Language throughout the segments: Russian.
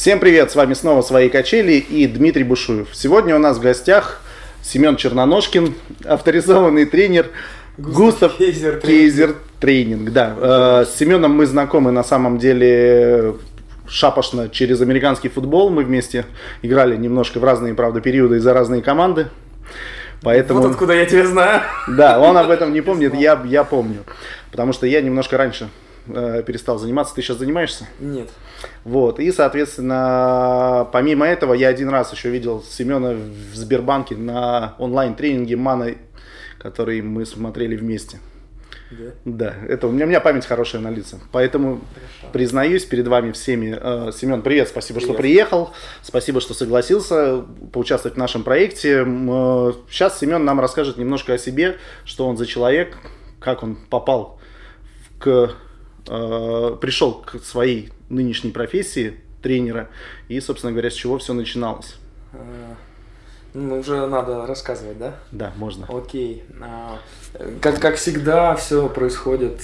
Всем привет, с вами снова «Свои качели» и Дмитрий Бушуев. Сегодня у нас в гостях Семен Черноножкин, авторизованный тренер Густав Кейзер Тренинг. Да. С Семеном мы знакомы на самом деле шапошно через американский футбол. Мы вместе играли немножко в разные, правда, периоды и за разные команды. Поэтому... Вот откуда я тебя знаю. Да, он об этом не помнит, я помню. Потому что я немножко раньше перестал заниматься. Ты сейчас занимаешься? Нет. Вот, и, соответственно, помимо этого, я один раз еще видел Семена в Сбербанке на онлайн-тренинге Мана, который мы смотрели вместе. Да? Да, это у меня память хорошая на лица. Поэтому признаюсь перед вами всеми. Семен, привет, спасибо, что приехал. Спасибо, что согласился поучаствовать в нашем проекте. Сейчас Семен нам расскажет немножко о себе, что он за человек, как он попал пришел к своей нынешней профессии тренера и, собственно говоря, с чего все начиналось. Ну, уже надо рассказывать, да? Да, можно. Окей. Как всегда, все происходит,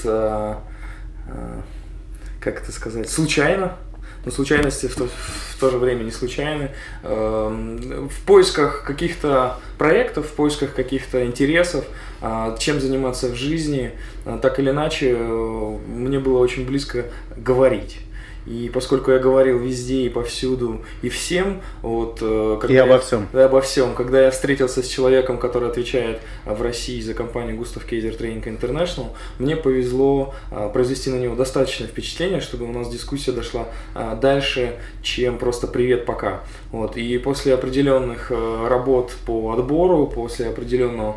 как это сказать, случайно. Но случайности в то же время не случайны. В поисках каких-то проектов, в поисках каких-то интересов, чем заниматься в жизни, так или иначе, мне было очень близко говорить. И поскольку я говорил везде и повсюду и всем, вот, обо всем. Да, обо всем. Когда я встретился с человеком, который отвечает в России за компанию Густав Кейзер Тренинг International, мне повезло произвести на него достаточное впечатление, чтобы у нас дискуссия дошла дальше, чем просто «привет, пока». Вот. И после определенных работ по отбору, после определенного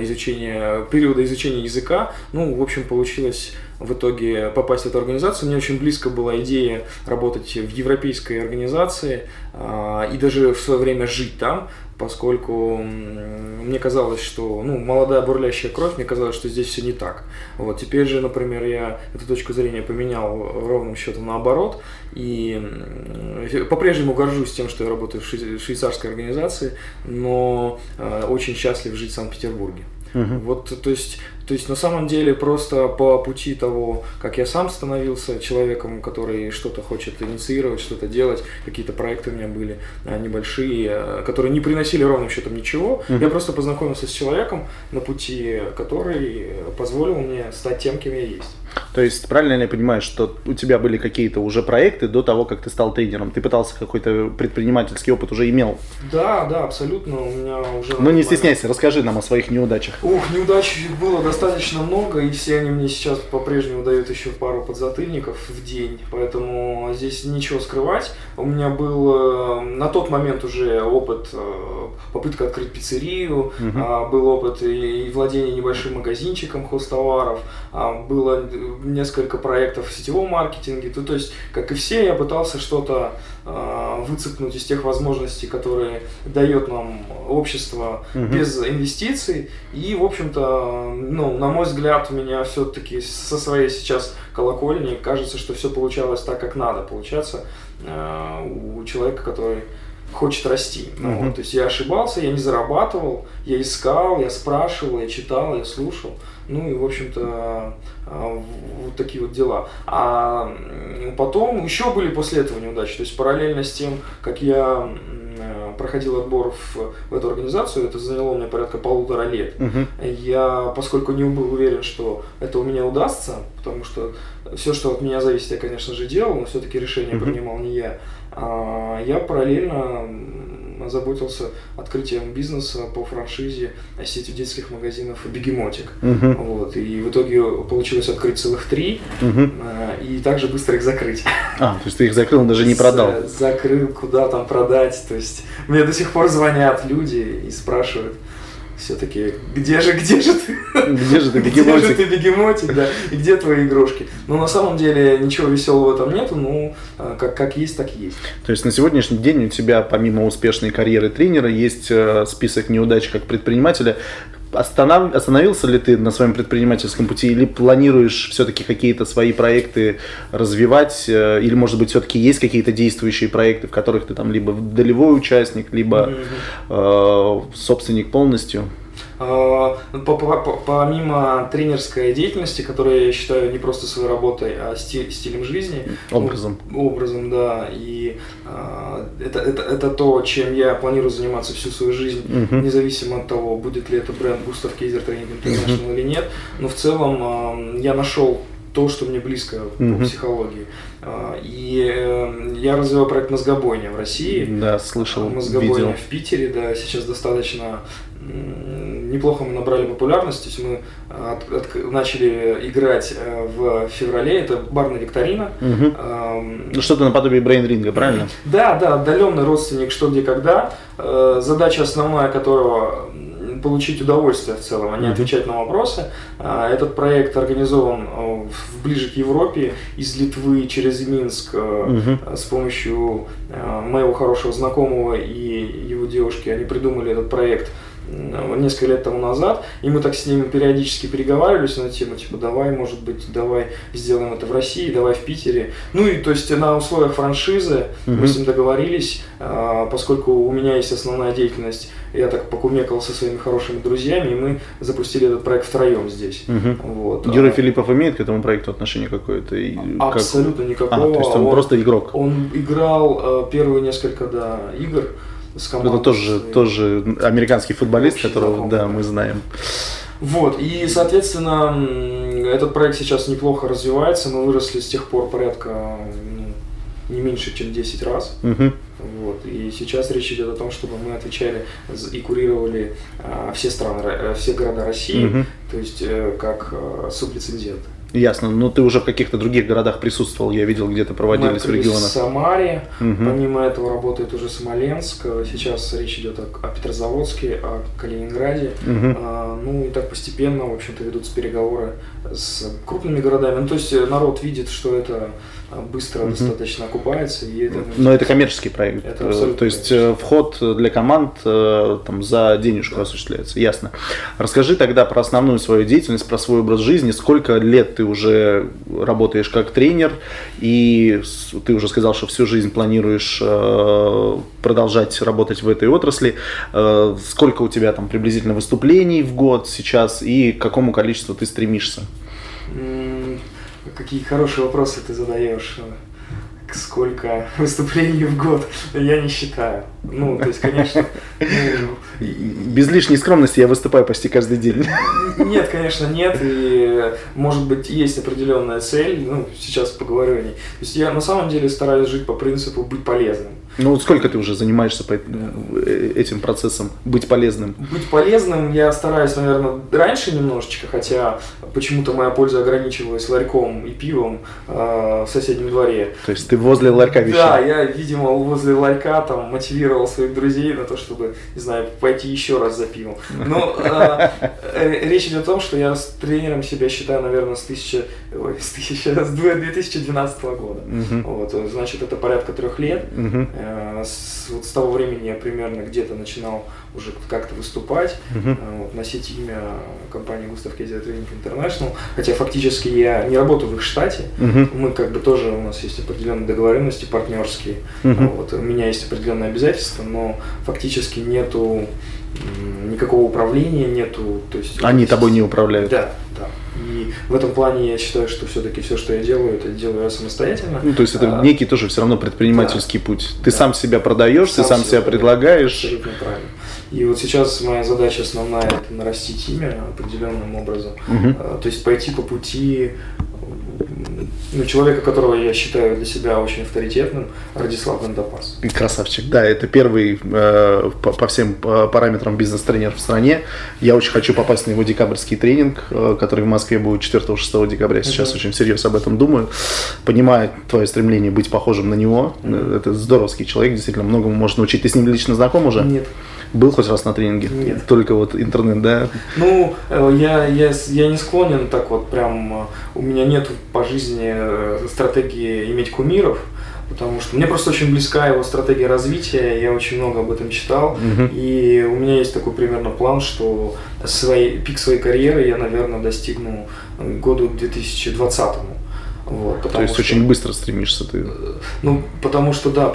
периода изучения языка, в общем, получилось в итоге попасть в эту организацию. Мне очень близко была идея работать в европейской организации и даже в свое время жить там, поскольку мне казалось, что молодая бурлящая кровь, мне казалось, что здесь все не так. Вот. Теперь же, например, я эту точку зрения поменял ровным счетом наоборот, и по-прежнему горжусь тем, что я работаю в швейцарской организации, но очень счастлив жить в Санкт-Петербурге. Вот, то есть на самом деле просто по пути того, как я сам становился человеком, который что-то хочет инициировать, что-то делать, какие-то проекты у меня были небольшие, которые не приносили ровным счетом ничего, я просто познакомился с человеком на пути, который позволил мне стать тем, кем я есть. То есть правильно я понимаю, что у тебя были какие-то уже проекты до того, как ты стал тренером? Ты пытался какой-то предпринимательский опыт уже имел? Да, абсолютно. У меня уже... Не стесняйся, расскажи нам о своих неудачах. Неудач было достаточно много, и все они мне сейчас по-прежнему дают еще пару подзатыльников в день, поэтому здесь ничего скрывать. У меня был на тот момент уже опыт, попытка открыть пиццерию, был опыт и владения небольшим магазинчиком хозтоваров, было несколько проектов в сетевом маркетинге, то есть, как и все, я пытался что-то выцепнуть из тех возможностей, которые дает нам общество без инвестиций, и, в общем-то, на мой взгляд, у меня все-таки со своей сейчас колокольни кажется, что все получалось так, как надо получаться у человека, который хочет расти. То есть я ошибался, я не зарабатывал, я искал, я спрашивал, я читал, я слушал. И, в общем-то, вот такие вот дела. А потом еще были после этого неудачи. То есть параллельно с тем, как я проходил отбор в эту организацию, это заняло мне порядка 1,5 лет. Я, поскольку не был уверен, что это у меня удастся, потому что все, что от меня зависит, я, конечно же, делал, но все-таки решение принимал не я. Я параллельно озаботился открытием бизнеса по франшизе сетью детских магазинов «Бегемотик». Вот. И в итоге получилось открыть целых 3 и также быстро их закрыть. То есть ты их закрыл, даже не продал? Закрыл, куда там продать. То есть мне до сих пор звонят люди и спрашивают все-таки, где же ты? Где же ты, бегемотик? Где же ты, бегемотик, да? И где твои игрушки? Но на самом деле ничего веселого в этом нету, как есть, так и есть. То есть на сегодняшний день у тебя, помимо успешной карьеры тренера, есть список неудач как предпринимателя. Остановился ли ты на своем предпринимательском пути или планируешь все-таки какие-то свои проекты развивать? Или, может быть, все-таки есть какие-то действующие проекты, в которых ты там либо долевой участник, либо собственник полностью? Помимо тренерской деятельности, которую я считаю не просто своей работой, а стилем жизни. Образом. Образом, да. И это то, чем я планирую заниматься всю свою жизнь, независимо от того, будет ли это бренд Gustav Kaiser Training International или нет. Но в целом я нашел то, что мне близко по психологии. И я развиваю проект «Мозгобойня» в России. Да, слышал, «Мозгобойня» видел. в Питере, да, сейчас достаточно неплохо мы набрали популярность. То есть мы начали играть в феврале, это барная викторина. Ну, что-то наподобие брейн-ринга, правильно? Да, отдаленный родственник «Что, где, когда». Задача основная которого – получить удовольствие в целом, а не отвечать на вопросы. Этот проект организован ближе к Европе, из Литвы через Минск, с помощью моего хорошего знакомого и его девушки. Они придумали этот проект несколько лет тому назад, и мы так с ними периодически переговаривались на тему, типа, давай сделаем это в России, давай в Питере. Ну и, то есть, на условиях франшизы мы с ним договорились, поскольку у меня есть основная деятельность, я так покумекал со своими хорошими друзьями, и мы запустили этот проект втроем здесь. Вот. Юрий Филиппов имеет к этому проекту отношение какое-то? Абсолютно никакого. То есть он просто игрок? Он играл первые несколько игр с командой. Это тоже американский футболист, которого мы знаем. Вот, и, соответственно, этот проект сейчас неплохо развивается, мы выросли с тех пор порядка не меньше, чем 10 раз. Вот, и сейчас речь идет о том, чтобы мы отвечали и курировали все города России, то есть как сублицензенты. Ясно. Но ты уже в каких-то других городах присутствовал, я видел, где-то проводились в регионах. В Самаре, помимо этого работает уже Смоленск, сейчас речь идет о Петрозаводске, о Калининграде. Ну и так постепенно, в общем-то, ведутся переговоры с крупными городами. Ну, то есть народ видит, что это быстро достаточно окупается. Но это коммерческий проект, то есть вход для команд там, за денежку осуществляется, ясно. Расскажи тогда про основную свою деятельность, про свой образ жизни. Сколько лет ты уже работаешь как тренер, и ты уже сказал, что всю жизнь планируешь продолжать работать в этой отрасли. Сколько у тебя там приблизительно выступлений в год сейчас и к какому количеству ты стремишься? Какие хорошие вопросы ты задаешь. Сколько выступлений в год, я не считаю. Ну, то есть, конечно... Без лишней скромности я выступаю почти каждый день. Нет, конечно, нет. И, может быть, есть определенная цель. Ну, сейчас поговорю о ней. То есть, я на самом деле стараюсь жить по принципу быть полезным. Ну, сколько ты уже занимаешься этим процессом, быть полезным? Быть полезным я стараюсь, наверное, раньше немножечко, хотя почему-то моя польза ограничивалась ларьком и пивом в соседнем дворе. То есть ты возле ларька вещал? Да, я, видимо, возле ларька там мотивировал своих друзей на то, чтобы, не знаю, пойти еще раз за пивом. Но речь идет о том, что я с тренером себя считаю, наверное, с 2012 года. Вот, значит, это порядка 3 лет. Вот с того времени я примерно где-то начинал уже как-то выступать, носить имя компании Gustav Kaiser Training International, хотя фактически я не работаю в их штате, мы как бы тоже, у нас есть определенные договоренности партнерские, вот, у меня есть определенные обязательства, но фактически нету никакого управления, нету, то есть... Они тобой не управляют? Да. И в этом плане я считаю, что все-таки все, что я делаю, это делаю я самостоятельно. Ну, то есть это некий тоже все равно предпринимательский путь. Ты сам себя продаешь, ты сам себя предлагаешь. Абсолютно правильно. И вот сейчас моя задача основная – это нарастить имя определенным образом. То есть пойти по пути человека, которого я считаю для себя очень авторитетным, Радислав Гандапас. Красавчик, да, это первый по всем параметрам бизнес-тренер в стране. Я очень хочу попасть на его декабрьский тренинг, который в Москве будет 4-6 декабря. Сейчас очень всерьез об этом думаю. Понимаю твое стремление быть похожим на него. Это здоровский человек, действительно многому можно научить. Ты с ним лично знаком уже? Нет. Был хоть раз на тренинге? Нет. Только вот интернет, да? Ну, я не склонен так вот прям, у меня нет по жизни стратегии иметь кумиров, потому что мне просто очень близка его стратегия развития, я очень много об этом читал, и у меня есть такой примерно план, что пик своей карьеры я, наверное, достигну году 2020. Вот, то есть очень быстро стремишься ты? Ну, потому что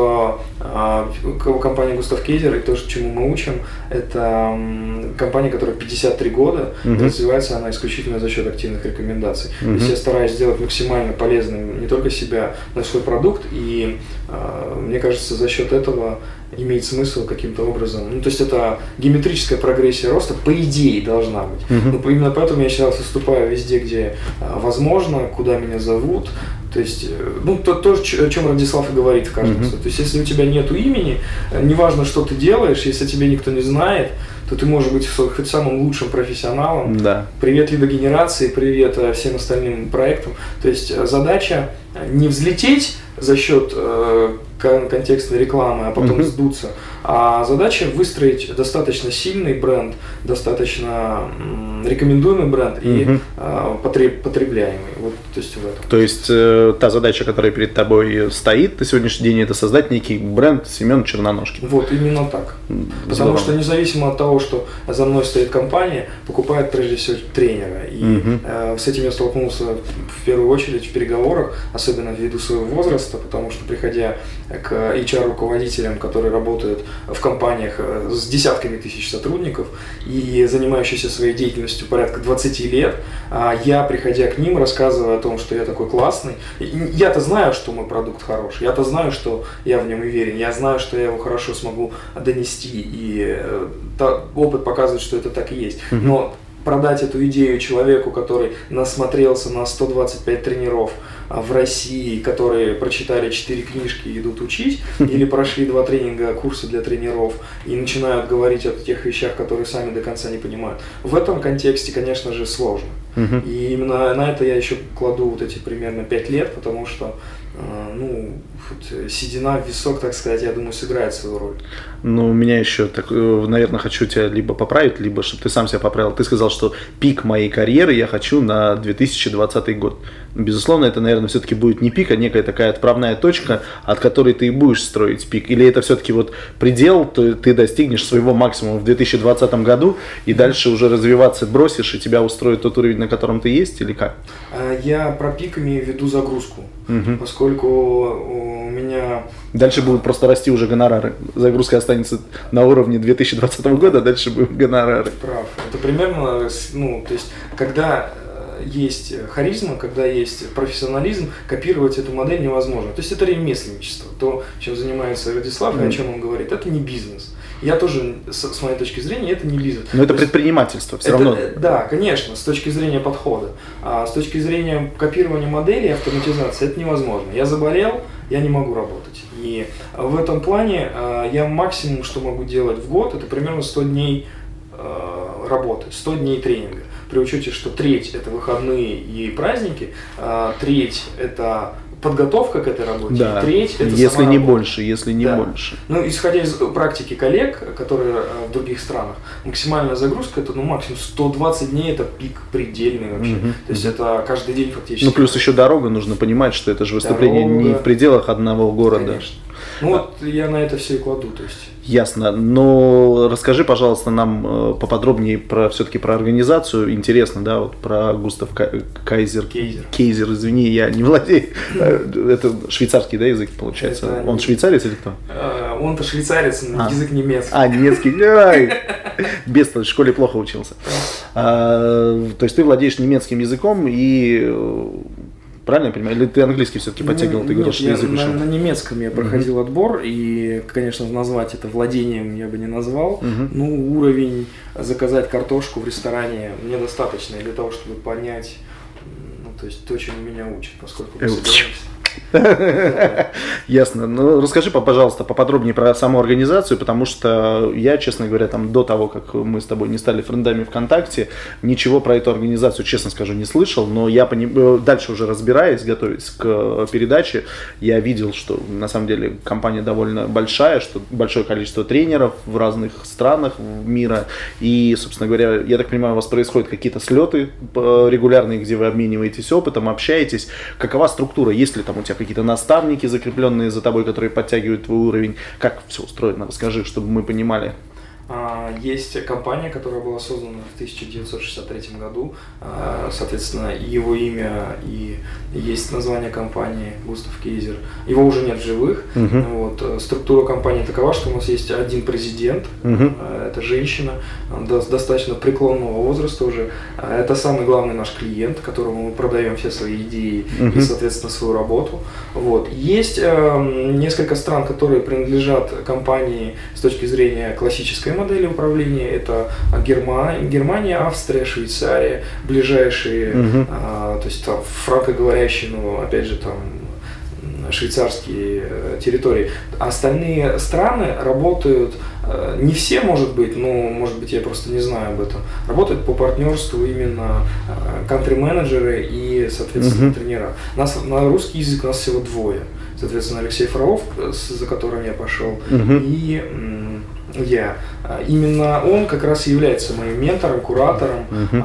компания Густав Кейзер и то, чему мы учим, это компания, которая 53 года, развивается она исключительно за счет активных рекомендаций. То есть я стараюсь сделать максимально полезным не только себя, но и свой продукт, и мне кажется, за счет этого имеет смысл каким-то образом. Ну, то есть это геометрическая прогрессия роста, по идее, должна быть. Но именно поэтому я сейчас выступаю везде, где возможно, куда меня зовут. То есть, ну, то, о чем Радислав и говорит в каждом случае. То есть, если у тебя нету имени, неважно, что ты делаешь, если тебя никто не знает, то ты можешь быть хоть самым лучшим профессионалом. Да. Привет лидогенерации, привет всем остальным проектам. То есть, задача не взлететь за счет контекстной рекламы, а потом сдуться. А задача выстроить достаточно сильный бренд, достаточно рекомендуемый бренд и потребляемый. Вот, то есть в этом. То есть та задача, которая перед тобой стоит на сегодняшний день, это создать некий бренд Семен Черноножкин. Вот, именно так. Потому что независимо от того, что за мной стоит компания, покупает прежде всего тренера. И с этим я столкнулся в первую очередь в переговорах, особенно ввиду своего возраста, потому что приходя к HR-руководителям, которые работают в компаниях с десятками тысяч сотрудников и занимающиеся своей деятельностью порядка 20 лет, я, приходя к ним, рассказываю о том, что я такой классный. Я-то знаю, что мой продукт хороший, я-то знаю, что я в нем уверен, я знаю, что я его хорошо смогу донести, и опыт показывает, что это так и есть. Но продать эту идею человеку, который насмотрелся на 125 тренеров в России, которые прочитали 4 книжки и идут учить, или прошли 2 тренинга, курсы для тренеров и начинают говорить о тех вещах, которые сами до конца не понимают. В этом контексте, конечно же, сложно. И именно на это я еще кладу вот эти примерно 5 лет, потому что седина в висок, так сказать, я думаю, сыграет свою роль. Ну, у меня еще, наверное, хочу тебя либо поправить, либо чтобы ты сам себя поправил. Ты сказал, что пик моей карьеры я хочу на 2020 год. Безусловно, это, наверное, все-таки будет не пик, а некая такая отправная точка, от которой ты и будешь строить пик. Или это все-таки вот предел, то ты достигнешь своего максимума в 2020 году, и дальше уже развиваться бросишь, и тебя устроит тот уровень, на котором ты есть, или как? Я про пик имею в виду загрузку, поскольку у меня... Дальше будут просто расти уже гонорары. Загрузка останется на уровне 2020 года, а дальше будут гонорары. Прав. Это примерно, то есть, когда есть харизма, когда есть профессионализм, копировать эту модель невозможно. То есть это ремесленничество. То, чем занимается Радислав и о чем он говорит, это не бизнес. Я тоже, с моей точки зрения, это не бизнес. Но это предпринимательство все равно. Да, конечно, с точки зрения подхода. А с точки зрения копирования модели и автоматизации это невозможно. Я заболел, я не могу работать. И в этом плане я максимум, что могу делать в год, это примерно 100 дней работы, 100 дней тренинга. При учете, что треть это выходные и праздники, треть это подготовка к этой работе, да. Треть это если сама не работа. Больше, если не больше. Ну, исходя из практики коллег, которые в других странах, максимальная загрузка это максимум 120 дней, это пик предельный вообще. То есть это каждый день фактически. Ну плюс еще дорога, нужно понимать, что это же выступление не в пределах одного города. Конечно. Ну вот я на это все и кладу, то есть. Ясно. Но расскажи, пожалуйста, нам поподробнее все-таки про организацию. Интересно, да, вот про Густав Кейзер, извини, я не владею. Это швейцарский, да, язык получается? Он швейцарец или кто? Он-то швейцарец, но язык немецкий. Немецкий. Без в школе плохо учился. То есть ты владеешь немецким языком и... Правильно я понимаю? Или ты английский все-таки подтягивал? Ты говоришь, что язык ушел? На немецком я проходил отбор, и, конечно, назвать это владением я бы не назвал. Ну, уровень заказать картошку в ресторане мне достаточно для того, чтобы понять, то есть то, чему меня учат, поскольку мы собираемся. Ясно. Ну, расскажи, пожалуйста, поподробнее про саму организацию, потому что я, честно говоря, там до того, как мы с тобой не стали френдами ВКонтакте, ничего про эту организацию, честно скажу, не слышал, но я дальше уже разбираясь, готовясь к передаче, я видел, что на самом деле компания довольно большая, что большое количество тренеров в разных странах мира, и, собственно говоря, я так понимаю, у вас происходят какие-то слеты регулярные, где вы обмениваетесь опытом, общаетесь. Какова структура? Есть ли там у тебя какие-то наставники, закрепленные за тобой, которые подтягивают твой уровень? Как все устроено? Расскажи, чтобы мы понимали. Есть компания, которая была создана в 1963 году, соответственно, его имя и есть название компании Густав Кейзер. Его уже нет в живых. Вот. Структура компании такова, что у нас есть один президент, это женщина, достаточно преклонного возраста уже. Это самый главный наш клиент, которому мы продаем все свои идеи и, соответственно, свою работу. Вот. Есть несколько стран, которые принадлежат компании с точки зрения классической модели управления. Это Германия, Австрия, Швейцария, ближайшие, то есть там франкоговорящие, ну, опять же, там швейцарские территории. Остальные страны работают, не все, может быть, но, может быть, я просто не знаю об этом, работают по партнерству именно кантри-менеджеры и, соответственно, тренера. На русский язык у нас всего двое. Соответственно, Алексей Фролов, за которым я пошел, и я. Именно он как раз и является моим ментором, куратором,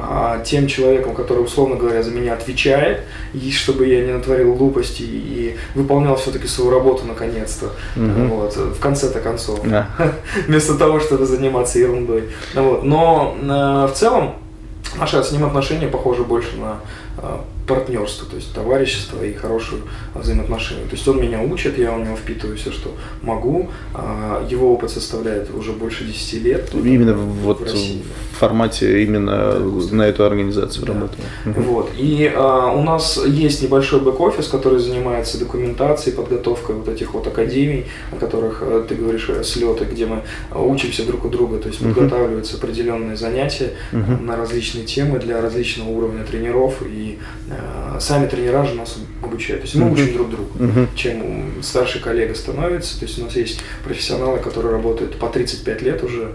тем человеком, который, условно говоря, за меня отвечает, и чтобы я не натворил глупостей и выполнял все-таки свою работу наконец-то, вот, в конце-то концов, вместо того, чтобы заниматься ерундой. Вот. Но в целом наши с ним отношения похожи больше на партнерство, то есть товарищество и хорошие взаимоотношения. То есть он меня учит, я у него впитываю все, что могу. Его опыт составляет уже больше 10 лет. Именно вот в формате именно на эту организацию работаю. Вот. И у нас есть небольшой бэк-офис, который занимается документацией, подготовкой вот этих вот академий, о которых ты говоришь, слеты, где мы учимся друг у друга, то есть подготавливаются определенные занятия на различные темы для различного уровня тренеров, и сами тренера же нас обучают. То есть мы учим друг друга. Чем старший коллега становится, то есть у нас есть профессионалы, которые работают по 35 лет уже,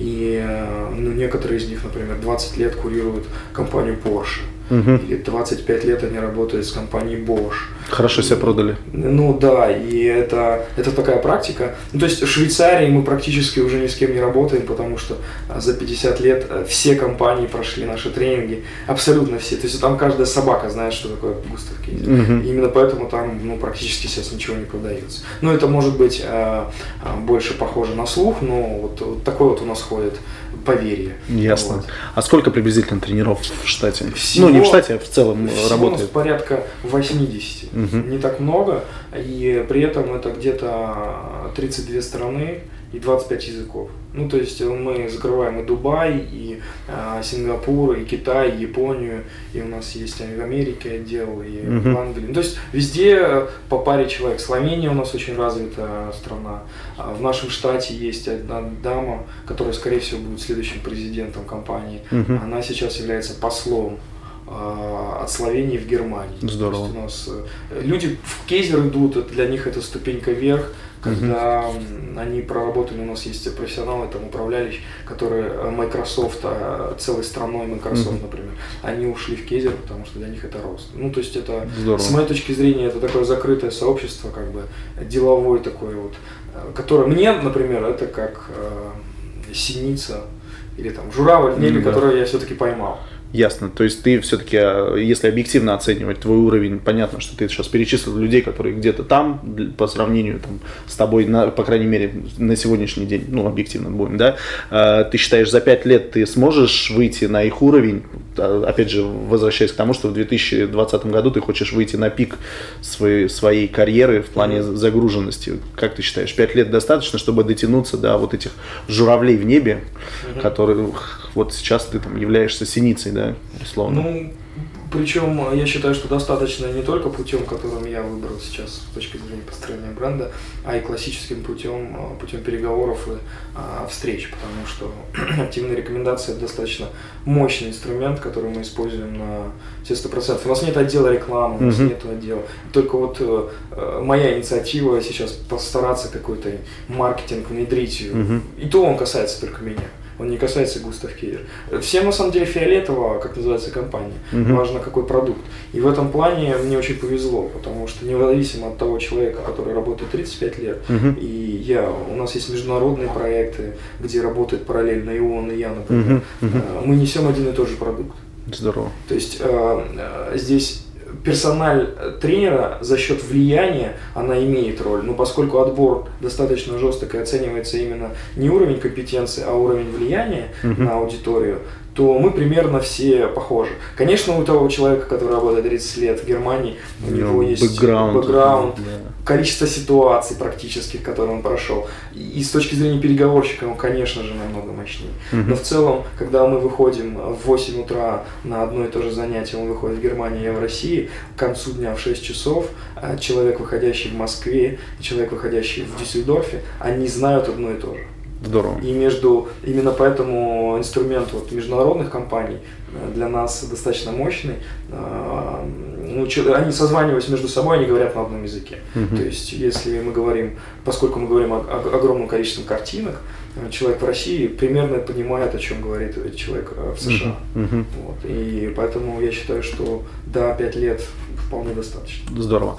и некоторые из них, например, 20 лет курируют компанию Porsche. Или 25 лет они работают с компанией Bosch. Хорошо себя продали. Ну да, и это такая практика. Ну, то есть в Швейцарии мы практически уже ни с кем не работаем, потому что за 50 лет все компании прошли наши тренинги, абсолютно все. То есть там каждая собака знает, что такое Густав Кейзер. Именно поэтому там практически сейчас ничего не продается. Ну это может быть больше похоже на слух, но вот такое вот у нас ходит поверье. Ясно. Вот. А сколько приблизительно тренеров в штате? Всего, не в штате, а в целом работает? У нас порядка 80. Не так много. И при этом это где-то 32 страны и 25 языков. Ну, то есть мы закрываем и Дубай, и Сингапур, и Китай, и Японию, и у нас есть в Америке отдел, и в Англии. Ну, то есть везде по паре человек. Словения у нас очень развитая страна. В нашем штате есть одна дама, которая, скорее всего, будет следующим президентом компании. Она сейчас является послом от Словении в Германии. Здорово. То есть у нас люди в Кейзер идут, для них это ступенька вверх. Когда они проработали, у нас есть профессионалы, там, управляющие, которые Microsoft, целой страной Microsoft, например, они ушли в Кейзер, потому что для них это рост. Ну, то есть это, здорово. С моей точки зрения, это такое закрытое сообщество, как бы деловое такое вот, которое мне, например, это как синица или там журавль в небе, которую я все-таки поймал. Ясно. То есть ты все-таки, если объективно оценивать твой уровень, понятно, что ты сейчас перечислил людей, которые где-то там, по сравнению там, с тобой, по крайней мере, на сегодняшний день, ну, объективно будем, да, ты считаешь, за 5 лет ты сможешь выйти на их уровень, опять же, возвращаясь к тому, что в 2020 году ты хочешь выйти на пик своей карьеры в плане загруженности. Как ты считаешь, 5 лет достаточно, чтобы дотянуться до вот этих журавлей в небе, которые вот сейчас ты там являешься синицей, да, условно? Ну, причем я считаю, что достаточно не только путем, которым я выбрал сейчас с точки зрения построения бренда, а и классическим путем переговоров и встреч, потому что активные рекомендации – это достаточно мощный инструмент, который мы используем на все 100%. У нас нет отдела рекламы, у нас нет отдела. Только вот моя инициатива сейчас постараться какой-то маркетинг внедрить, и то он касается только меня. Он не касается Густав Кейзер. Всем на самом деле фиолетово, как называется компания, важно какой продукт. И в этом плане мне очень повезло, потому что независимо от того человека, который работает 35 лет, и у нас есть международные проекты, где работает параллельно и он, и я, например, мы несем один и тот же продукт. Здорово. То есть здесь персональ тренера за счет влияния, она имеет роль. Но поскольку отбор достаточно жесток и оценивается именно не уровень компетенции, а уровень влияния на аудиторию, то мы примерно все похожи. Конечно, у того человека, который работает 30 лет в Германии, у него есть бэкграунд, количество ситуаций практических, которые он прошел. И с точки зрения переговорщика он, конечно же, намного мощнее. Но в целом, когда мы выходим в 8 утра на одно и то же занятие, он выходит в Германии, я в России, к концу дня в 6 часов человек, выходящий в Москве, и человек, выходящий в Дюссельдорфе, они знают одно и то же. Здорово. И именно поэтому инструмент международных компаний для нас достаточно мощный. Они, созваниваясь между собой, они говорят на одном языке. То есть, если мы говорим, поскольку мы говорим о огромном количестве картинок, человек в России примерно понимает, о чем говорит человек в США. Вот. И поэтому я считаю, что 5 лет вполне достаточно. Здорово.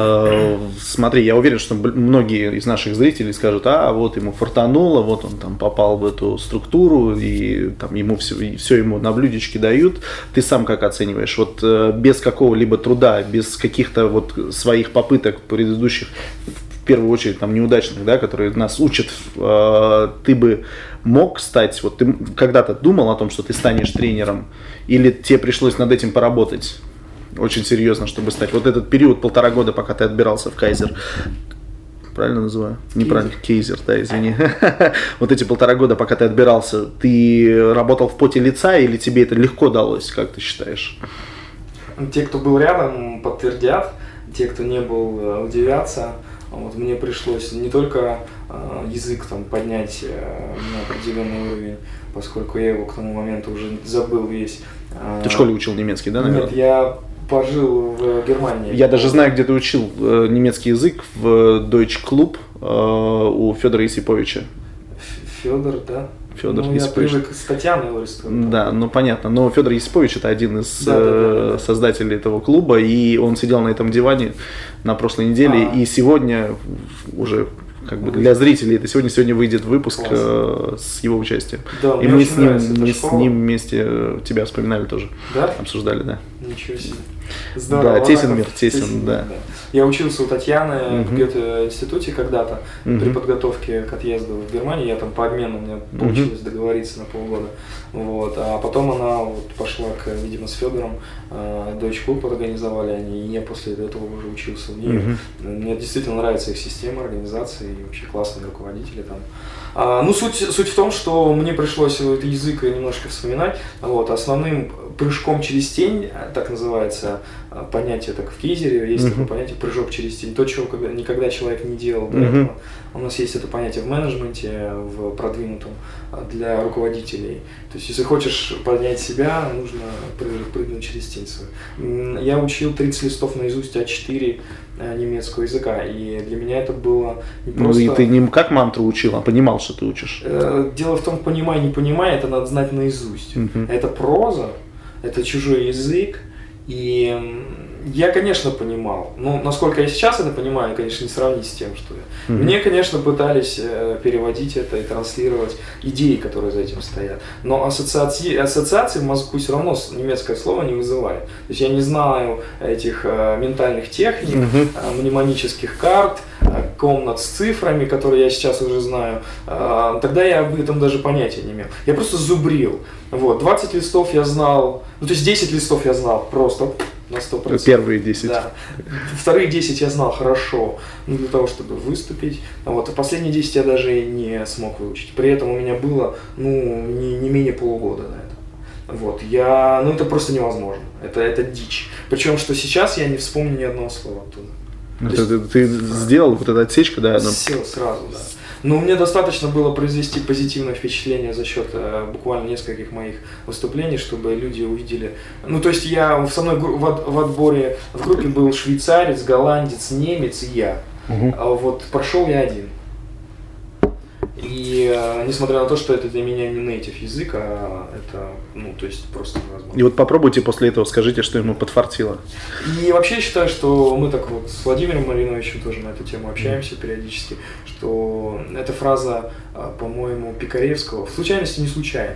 Смотри, я уверен, что многие из наших зрителей скажут, вот ему фартануло, вот он там попал в эту структуру, и там ему все ему на блюдечке дают. Ты сам как оцениваешь? Вот без какого-либо труда, без каких-то вот своих попыток предыдущих, в первую очередь там неудачных, да, которые нас учат, ты бы мог стать, вот ты когда-то думал о том, что ты станешь тренером, или тебе пришлось над этим поработать очень серьезно, чтобы стать? Вот этот период 1,5 года, пока ты отбирался в Кайзер, правильно называю? Неправильно, Кейзер, да, извини. Вот эти 1,5 года, пока ты отбирался, ты работал в поте лица или тебе это легко далось, как ты считаешь? Те, кто был рядом, подтвердят, те, кто не был, удивятся. Вот, мне пришлось не только язык там поднять на определенный уровень, поскольку я его к тому моменту уже забыл весь. Ты в школе учил немецкий, да, наверное? Нет, я пожил в Германии. Я даже знаю, где ты учил немецкий язык, в Deutsch Club у Федора Есиповича. Федор, да? Федор Есипович. Я привык с Татьяной Орестовой. Да, понятно. Но Федор Есипович это один из создателей этого клуба, и он сидел на этом диване на прошлой неделе, и сегодня уже как бы для зрителей это сегодня выйдет выпуск с его участием. Да, и мы с ним вместе тебя вспоминали тоже. Да? Обсуждали, да. Ничего себе. Здорово. Да, тесен мир, да. Я учился у Татьяны в Гёте-институте когда-то при подготовке к отъезду в Германию. Я там по обмену, у меня получилось договориться на полгода. Вот. А потом она пошла, видимо, с Федором, Deutsch Club организовали они, и я после этого уже учился в ней. Мне действительно нравится их система организации, и вообще классные руководители там. Суть в том, что мне пришлось этот язык немножко вспоминать. Вот. Основным прыжком через тень, так называется понятие, так в Кейзере есть такое понятие прыжок через тень, то, чего никогда человек не делал до этого. У нас есть это понятие в менеджменте, в продвинутом, для руководителей. То есть, если хочешь поднять себя, нужно прыгнуть через тень свою. Я учил 30 листов наизусть А4 немецкого языка, и для меня это было не просто... Ну и ты не как мантру учил, а понимал, что ты учишь. Дело в том, понимай, не понимай, это надо знать наизусть. Это проза, это чужой язык, и я, конечно, понимал, но насколько я сейчас это понимаю, конечно, не сравнить с тем, что я. Мне, конечно, пытались переводить это и транслировать идеи, которые за этим стоят, но ассоциации в мозгу все равно немецкое слово не вызывает. То есть я не знаю этих ментальных техник, мнемонических карт, комнат с цифрами, которые я сейчас уже знаю. Тогда я об этом даже понятия не имел. Я просто зубрил. Вот, 20 листов я знал, то есть 10 листов я знал просто на 100%. Первые 10. Да. Вторые 10 я знал хорошо, для того, чтобы выступить. Вот. А последние 10 я даже не смог выучить. При этом у меня было не менее полугода на это. Вот. Это просто невозможно. Это дичь. Причем, что сейчас я не вспомню ни одного слова оттуда. Ты сделал вот эту отсечку, да? Сел сразу, да. Но мне достаточно было произвести позитивное впечатление за счет буквально нескольких моих выступлений, чтобы люди увидели. То есть со мной в отборе в группе был швейцарец, голландец, немец и я. А вот прошел я один. И несмотря на то, что это для меня не нейтив язык, а это, то есть просто невозможно. И вот попробуйте после этого, скажите, что ему подфартило. И вообще я считаю, что мы так вот с Владимиром Малиновичем тоже на эту тему общаемся периодически, что эта фраза, по-моему, Пикаревского, в случайности не случайно.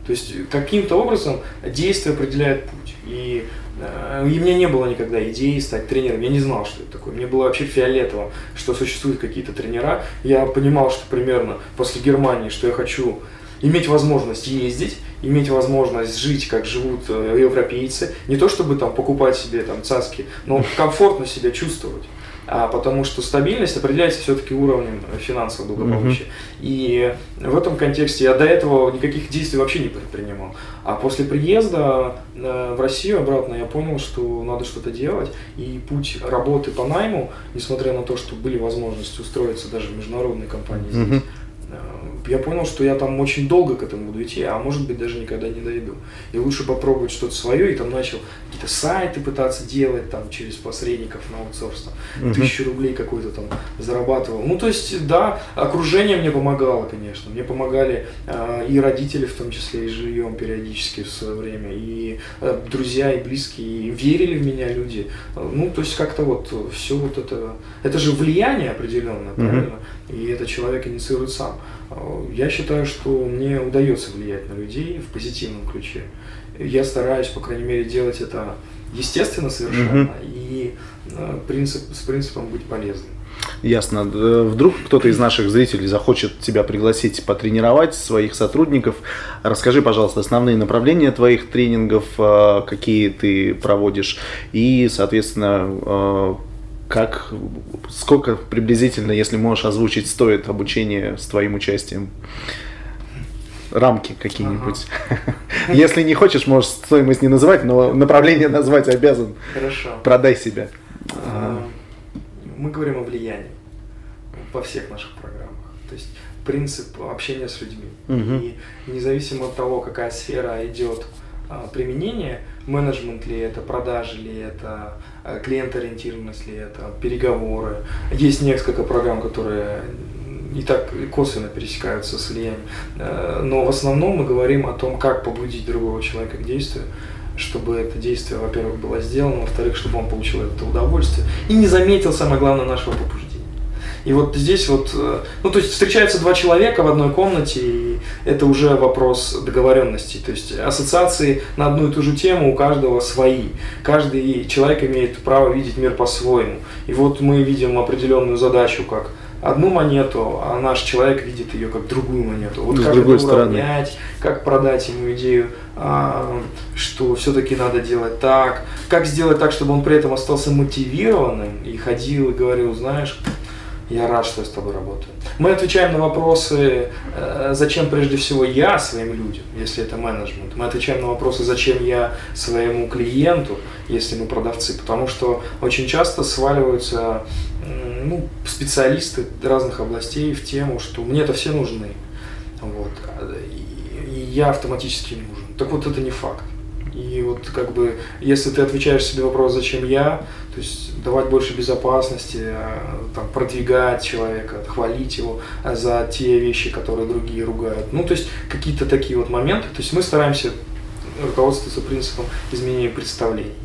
То есть каким-то образом действие определяет путь. И у меня не было никогда идеи стать тренером, я не знал, что это такое. Мне было вообще фиолетово, что существуют какие-то тренера. Я понимал, что примерно после Германии, что я хочу иметь возможность ездить, иметь возможность жить, как живут европейцы. Не то чтобы там покупать себе там цацки, но комфортно себя чувствовать. Потому что стабильность определяется все-таки уровнем финансового благополучия. И в этом контексте я до этого никаких действий вообще не предпринимал. А после приезда в Россию обратно я понял, что надо что-то делать. И путь работы по найму, несмотря на то, что были возможности устроиться даже в международной компании здесь, я понял, что я там очень долго к этому буду идти, а может быть даже никогда не дойду. И лучше попробовать что-то свое, и там начал какие-то сайты пытаться делать там через посредников на аутсорс, 1000 рублей какой-то там зарабатывал. Ну то есть да, окружение мне помогало, конечно. Мне помогали и родители в том числе, и жильем периодически в свое время, и друзья, и близкие, и верили в меня люди. Ну то есть как-то вот все вот это же влияние определенное, правильно? И это человек инициирует сам. Я считаю, что мне удается влиять на людей в позитивном ключе. Я стараюсь, по крайней мере, делать это естественно совершенно и с принципом быть полезным. Ясно. Вдруг кто-то из наших зрителей захочет тебя пригласить потренировать своих сотрудников. Расскажи, пожалуйста, основные направления твоих тренингов, какие ты проводишь, и, соответственно, сколько приблизительно, если можешь озвучить, стоит обучение с твоим участием? Рамки какие-нибудь. Если не хочешь, можешь стоимость не называть, но направление назвать обязан. Хорошо. Продай себя. Мы говорим о влиянии во всех наших программах. То есть принцип общения с людьми. И независимо от того, какая сфера идет применение, менеджмент ли это, продажи ли это, клиент-ориентированность ли это, переговоры. Есть несколько программ, которые и так косвенно пересекаются с влиянием. Но в основном мы говорим о том, как побудить другого человека к действию, чтобы это действие, во-первых, было сделано, во-вторых, чтобы он получил это удовольствие и не заметил, самое главное, нашего побуждения. И вот здесь вот, ну то есть встречаются два человека в одной комнате, и это уже вопрос договоренности, то есть ассоциации на одну и ту же тему у каждого свои. Каждый человек имеет право видеть мир по-своему. И вот мы видим определенную задачу как одну монету, а наш человек видит ее как другую монету. Вот как это уравнять, как продать ему идею, что все-таки надо делать так, как сделать так, чтобы он при этом остался мотивированным и ходил и говорил, знаешь, я рад, что я с тобой работаю. Мы отвечаем на вопросы, зачем прежде всего я своим людям, если это менеджмент. Мы отвечаем на вопросы, зачем я своему клиенту, если мы продавцы. Потому что очень часто сваливаются специалисты разных областей в тему, что мне это все нужны. Вот. И я автоматически нужен. Так вот это не факт. И вот как бы, если ты отвечаешь себе вопрос, зачем я, то есть давать больше безопасности, там, продвигать человека, хвалить его за те вещи, которые другие ругают. Ну, то есть какие-то такие вот моменты. То есть мы стараемся руководствоваться принципом изменения представлений.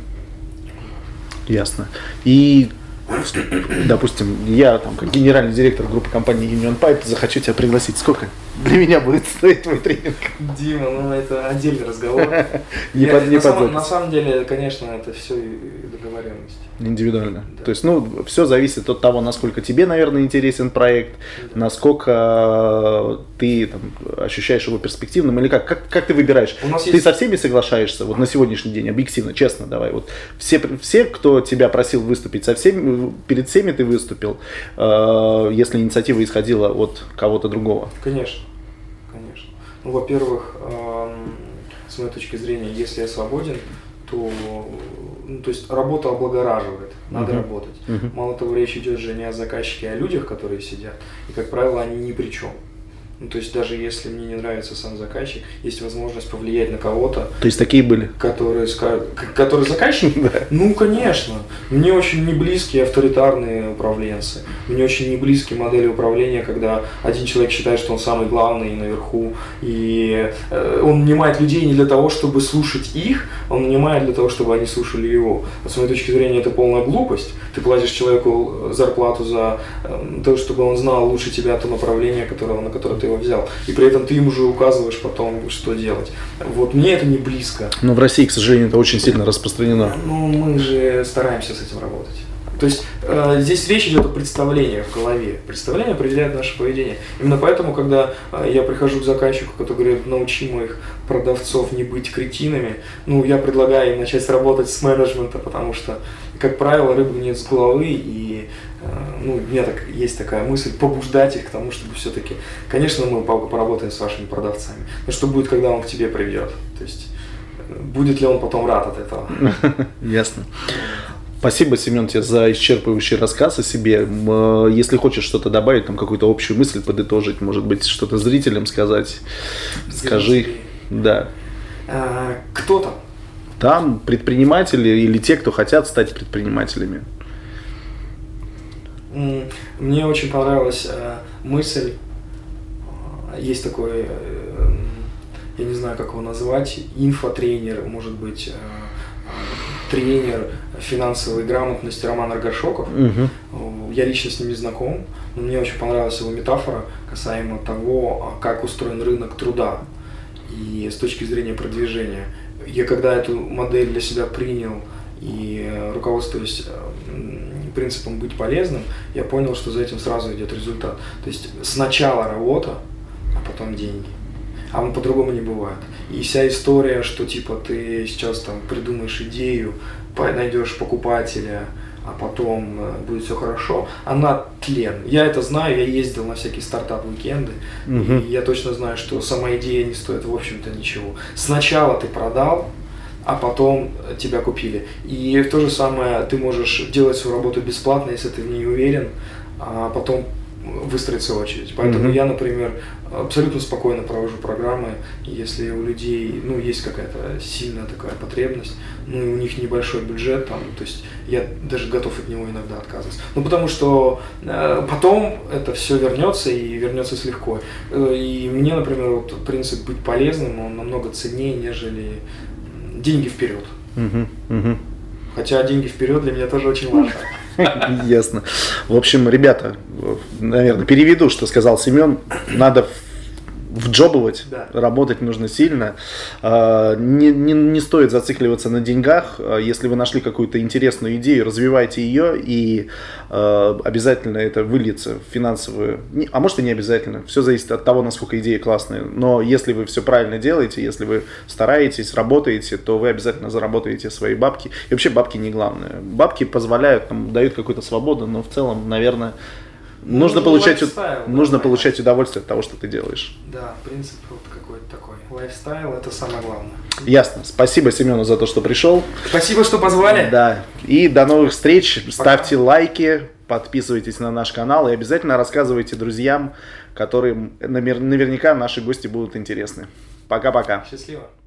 Ясно. И допустим, я там как генеральный директор группы компании Union Pipe захочу тебя пригласить. Сколько для меня будет стоить твой тренинг? Дима, ну это отдельный разговор. На самом деле, конечно, это все договоренность. Индивидуально. Да. То есть, все зависит от того, насколько тебе, наверное, интересен проект, насколько ты там ощущаешь его перспективным, или как ты выбираешь? Ты со всеми соглашаешься, вот на сегодняшний день, объективно, честно, давай, вот все, кто тебя просил выступить, перед всеми ты выступил, если инициатива исходила от кого-то другого? Конечно. Ну, во-первых, с моей точки зрения, если я свободен, то есть работа облагораживает, надо работать. Мало того, речь идет же не о заказчике, а о людях, которые сидят, и, как правило, они ни при чем. Ну, то есть даже если мне не нравится сам заказчик, есть возможность повлиять на кого-то. То есть такие были? Которые скажут, которые заказчики? Да. Ну, конечно. Мне очень не близкие авторитарные управленцы. Мне очень не близкие модели управления, когда один человек считает, что он самый главный наверху, и он нанимает людей не для того, чтобы слушать их, он нанимает для того, чтобы они слушали его. С моей точки зрения, это полная глупость. Ты платишь человеку зарплату за то, чтобы он знал лучше тебя то направление, на которое ты его взял. И при этом ты им уже указываешь потом, что делать. Вот мне это не близко. Но в России, к сожалению, это очень сильно распространено. Ну, мы же стараемся с этим работать. То есть здесь речь идет о представлениях в голове. Представление определяет наше поведение. Именно поэтому, когда я прихожу к заказчику, который говорит, научи моих продавцов не быть кретинами, ну, я предлагаю им начать работать с менеджмента, потому что, как правило, рыбы нет с головы, и ну, у меня есть такая мысль побуждать их к тому, чтобы все-таки, конечно, мы поработаем с вашими продавцами, но что будет, когда он к тебе придет? То есть будет ли он потом рад от этого? Ясно. Спасибо, Семен, тебе за исчерпывающий рассказ о себе. Если хочешь что-то добавить, там какую-то общую мысль подытожить, может быть, что-то зрителям сказать, скажи. Да. Кто там? Там предприниматели или те, кто хотят стать предпринимателями. Мне очень понравилась мысль, есть такой, я не знаю, как его назвать, инфотренер, может быть, тренер финансовой грамотности Роман Аргашоков. Я лично с ним не знаком, но мне очень понравилась его метафора касаемо того, как устроен рынок труда и с точки зрения продвижения. Я когда эту модель для себя принял и руководствуясь принципом быть полезным, я понял, что за этим сразу идет результат. То есть сначала работа, а потом деньги. А по-другому не бывает. И вся история, что типа ты сейчас там придумаешь идею, найдешь покупателя, а потом будет все хорошо, она тлен. Я это знаю, я ездил на всякие стартап-уикенды, и я точно знаю, что сама идея не стоит, в общем-то, ничего. Сначала ты продал, а потом тебя купили. И то же самое, ты можешь делать свою работу бесплатно, если ты в ней уверен, а потом выстроиться очередь. Поэтому я, например, абсолютно спокойно провожу программы, если у людей, ну, есть какая-то сильная такая потребность, ну, и у них небольшой бюджет, там, то есть я даже готов от него иногда отказываться. Ну, потому что потом это все вернется и вернется с легко. И мне, например, вот принцип быть полезным, он намного ценнее, нежели деньги вперед. Хотя деньги вперед для меня тоже очень важно. Ясно. В общем, ребята, наверное, переведу, что сказал Семен. Надо вджобывать, работать нужно сильно. Не стоит зацикливаться на деньгах. Если вы нашли какую-то интересную идею, развивайте ее, и обязательно это выльется в финансовую... А может и не обязательно. Все зависит от того, насколько идеи классные. Но если вы все правильно делаете, если вы стараетесь, работаете, то вы обязательно заработаете свои бабки. И вообще бабки не главное. Бабки позволяют, дают какую-то свободу, но в целом, наверное... Нужно получать удовольствие от того, что ты делаешь. Да, принцип вот какой-то такой. Лайфстайл – это самое главное. Ясно. Спасибо Семену за то, что пришел. Спасибо, что позвали. Да. И до новых встреч. Пока. Ставьте лайки, подписывайтесь на наш канал и обязательно рассказывайте друзьям, которым наверняка наши гости будут интересны. Пока-пока. Счастливо.